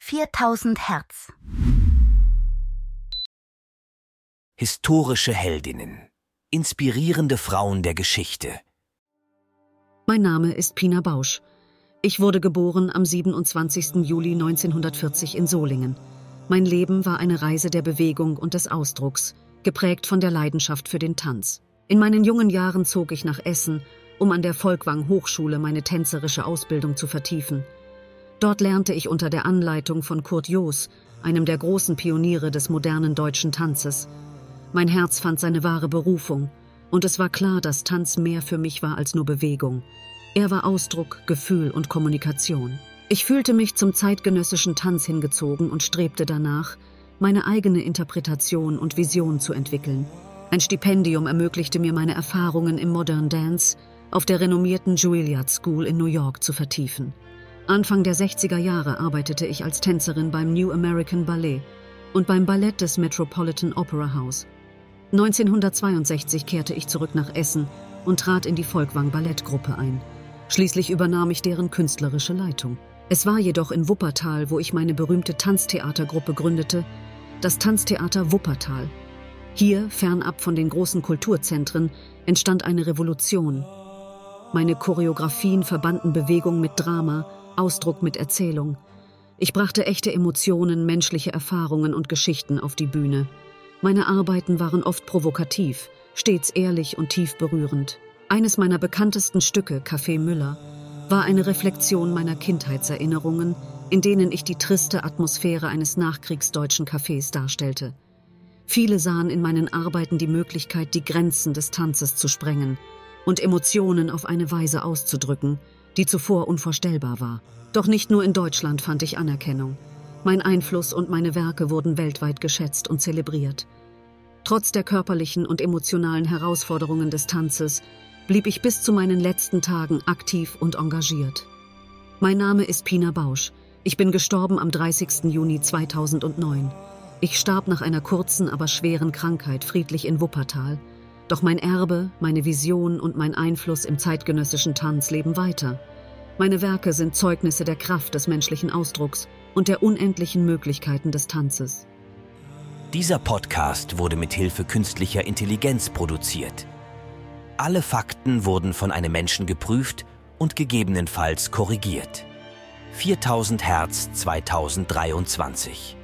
4000 Hertz. Historische Heldinnen. Inspirierende Frauen der Geschichte. Mein Name ist Pina Bausch. Ich wurde geboren am 27. Juli 1940 in Solingen. Mein Leben war eine Reise der Bewegung und des Ausdrucks, geprägt von der Leidenschaft für den Tanz. In meinen jungen Jahren zog ich nach Essen, um an der Folkwang Hochschule meine tänzerische Ausbildung zu vertiefen. Dort lernte ich unter der Anleitung von Kurt Joos, einem der großen Pioniere des modernen deutschen Tanzes. Mein Herz fand seine wahre Berufung, und es war klar, dass Tanz mehr für mich war als nur Bewegung. Er war Ausdruck, Gefühl und Kommunikation. Ich fühlte mich zum zeitgenössischen Tanz hingezogen und strebte danach, meine eigene Interpretation und Vision zu entwickeln. Ein Stipendium ermöglichte mir, meine Erfahrungen im Modern Dance auf der renommierten Juilliard School in New York zu vertiefen. Anfang der 60er Jahre arbeitete ich als Tänzerin beim New American Ballet und beim Ballett des Metropolitan Opera House. 1962 kehrte ich zurück nach Essen und trat in die Folkwang Ballettgruppe ein. Schließlich übernahm ich deren künstlerische Leitung. Es war jedoch in Wuppertal, wo ich meine berühmte Tanztheatergruppe gründete, das Tanztheater Wuppertal. Hier, fernab von den großen Kulturzentren, entstand eine Revolution. Meine Choreografien verbanden Bewegung mit Drama, Ausdruck mit Erzählung. Ich brachte echte Emotionen, menschliche Erfahrungen und Geschichten auf die Bühne. Meine Arbeiten waren oft provokativ, stets ehrlich und tief berührend. Eines meiner bekanntesten Stücke, Café Müller, war eine Reflexion meiner Kindheitserinnerungen, in denen ich die triste Atmosphäre eines nachkriegsdeutschen Cafés darstellte. Viele sahen in meinen Arbeiten die Möglichkeit, die Grenzen des Tanzes zu sprengen und Emotionen auf eine Weise auszudrücken, die zuvor unvorstellbar war. Doch nicht nur in Deutschland fand ich Anerkennung. Mein Einfluss und meine Werke wurden weltweit geschätzt und zelebriert. Trotz der körperlichen und emotionalen Herausforderungen des Tanzes blieb ich bis zu meinen letzten Tagen aktiv und engagiert. Mein Name ist Pina Bausch. Ich bin gestorben am 30. Juni 2009. Ich starb nach einer kurzen, aber schweren Krankheit friedlich in Wuppertal. Doch mein Erbe, meine Vision und mein Einfluss im zeitgenössischen Tanz leben weiter. Meine Werke sind Zeugnisse der Kraft des menschlichen Ausdrucks und der unendlichen Möglichkeiten des Tanzes. Dieser Podcast wurde mit Hilfe künstlicher Intelligenz produziert. Alle Fakten wurden von einem Menschen geprüft und gegebenenfalls korrigiert. 4000 Hertz 2023